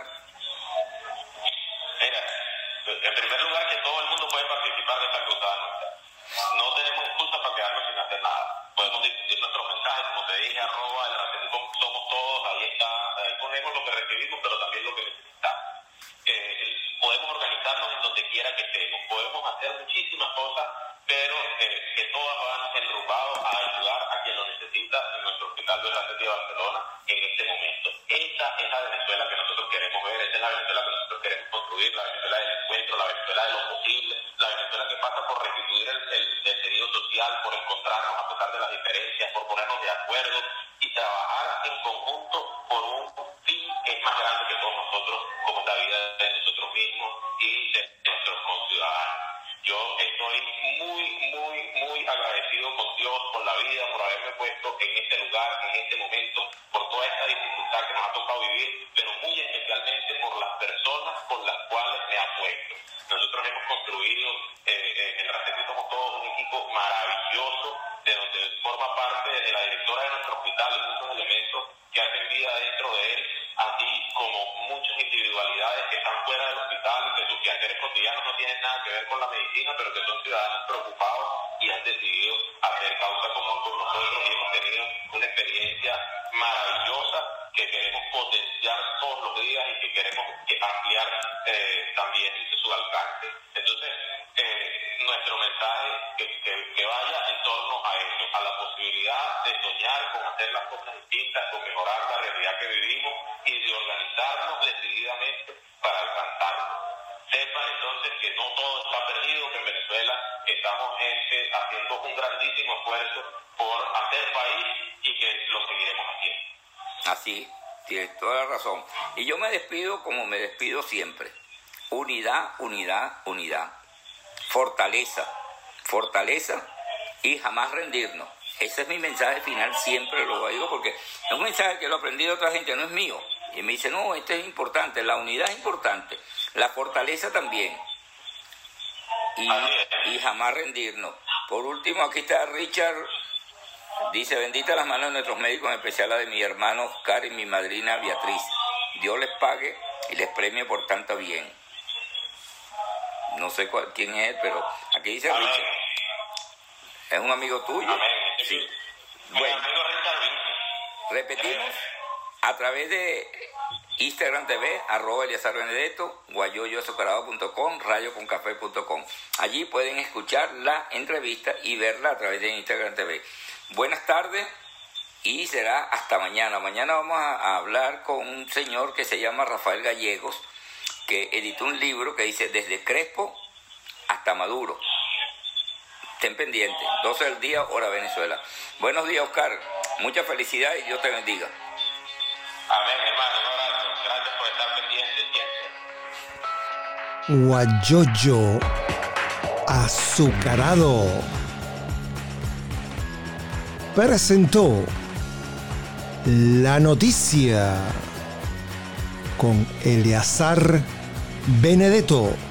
Mira, en primer lugar, que todo el mundo puede participar de esta cruzada nuestra. No tenemos excusa para quedarnos sin hacer nada. Podemos difundir nuestros mensajes, como te dije, arroba el racético somos todos, ahí está, ahí ponemos lo que recibimos, pero también lo que necesitamos. Eh, podemos organizarnos en donde quiera que estemos, podemos hacer muchísimas cosas, pero eh, que todas van enrumbados a ayudar a quien lo necesita en nuestro hospital de Raceti de Barcelona en este momento. Esa es la Venezuela que nosotros queremos ver, esa es la Venezuela que nosotros queremos construir, la Venezuela del encuentro, la Venezuela de lo posible, la Venezuela que pasa por restituir el, el, el tejido social, por encontrarnos a pesar de las diferencias, por ponernos de acuerdo y trabajar en conjunto por un fin que es más grande que todos nosotros, como es la vida de nosotros mismos y de nuestros conciudadanos. Yo estoy muy, muy, muy agradecido con Dios, con la vida, por haberme puesto en este lugar, en este momento, por toda esta dificultad que nos ha tocado vivir, pero muy especialmente por las personas con las cuales me ha puesto. Nosotros hemos construido eh, eh, en Raceti Somos Todos un equipo maravilloso, de donde forma parte de la directora de nuestro hospital y muchos elementos que hacen vida dentro de él, así como muchas individualidades que están fuera del hospital y que sus quehaceres cotidianos no tienen nada que ver con la medicina, pero que son ciudadanos preocupados y han decidido hacer causa común con nosotros y hemos tenido una experiencia maravillosa que queremos potenciar todos los días y que queremos ampliar eh, también su alcance. Entonces, eh, nuestro mensaje que, que, que vaya en torno a eso, a la posibilidad de soñar con hacer las cosas distintas, con mejorar la realidad que vivimos y de organizarnos decididamente para alcanzarlo. Sepan entonces que no todo está perdido, que en Venezuela estamos este, haciendo un grandísimo esfuerzo por hacer país y que lo seguiremos haciendo. Así, tienes toda la razón. Y yo me despido como me despido siempre. Unidad, unidad, unidad. Fortaleza, fortaleza y jamás rendirnos. Ese es mi mensaje final, siempre lo digo porque es un mensaje que lo aprendí de otra gente, no es mío. Y me dice, no, esto es importante, la unidad es importante, la fortaleza también. Y, y jamás rendirnos. Por último, aquí está Richard. Dice, bendita las manos de nuestros médicos, en especial la de mi hermano Oscar y mi madrina Beatriz. Dios les pague y les premie por tanto bien. No sé cuál, quién es él, pero aquí dice Amén. Richard. ¿Es un amigo tuyo? Amén. Sí. Mi Bueno, amigo Richard Vince. repetimos a través de Instagram T V, arroba Eliazar Benedetto, guayoyo azucarado punto com, radio con café punto com. Allí pueden escuchar la entrevista y verla a través de Instagram T V. Buenas tardes y será hasta mañana. Mañana vamos a, a hablar con un señor que se llama Rafael Gallegos, que editó un libro que dice Desde Crespo hasta Maduro. Estén pendientes, doce del día, hora Venezuela. Buenos días, Oscar. Mucha felicidad y Dios te bendiga. Amén, hermano. Un abrazo. Gracias por estar pendiente siempre. Guayoyo azucarado presentó la noticia con Eliazar Benedetto.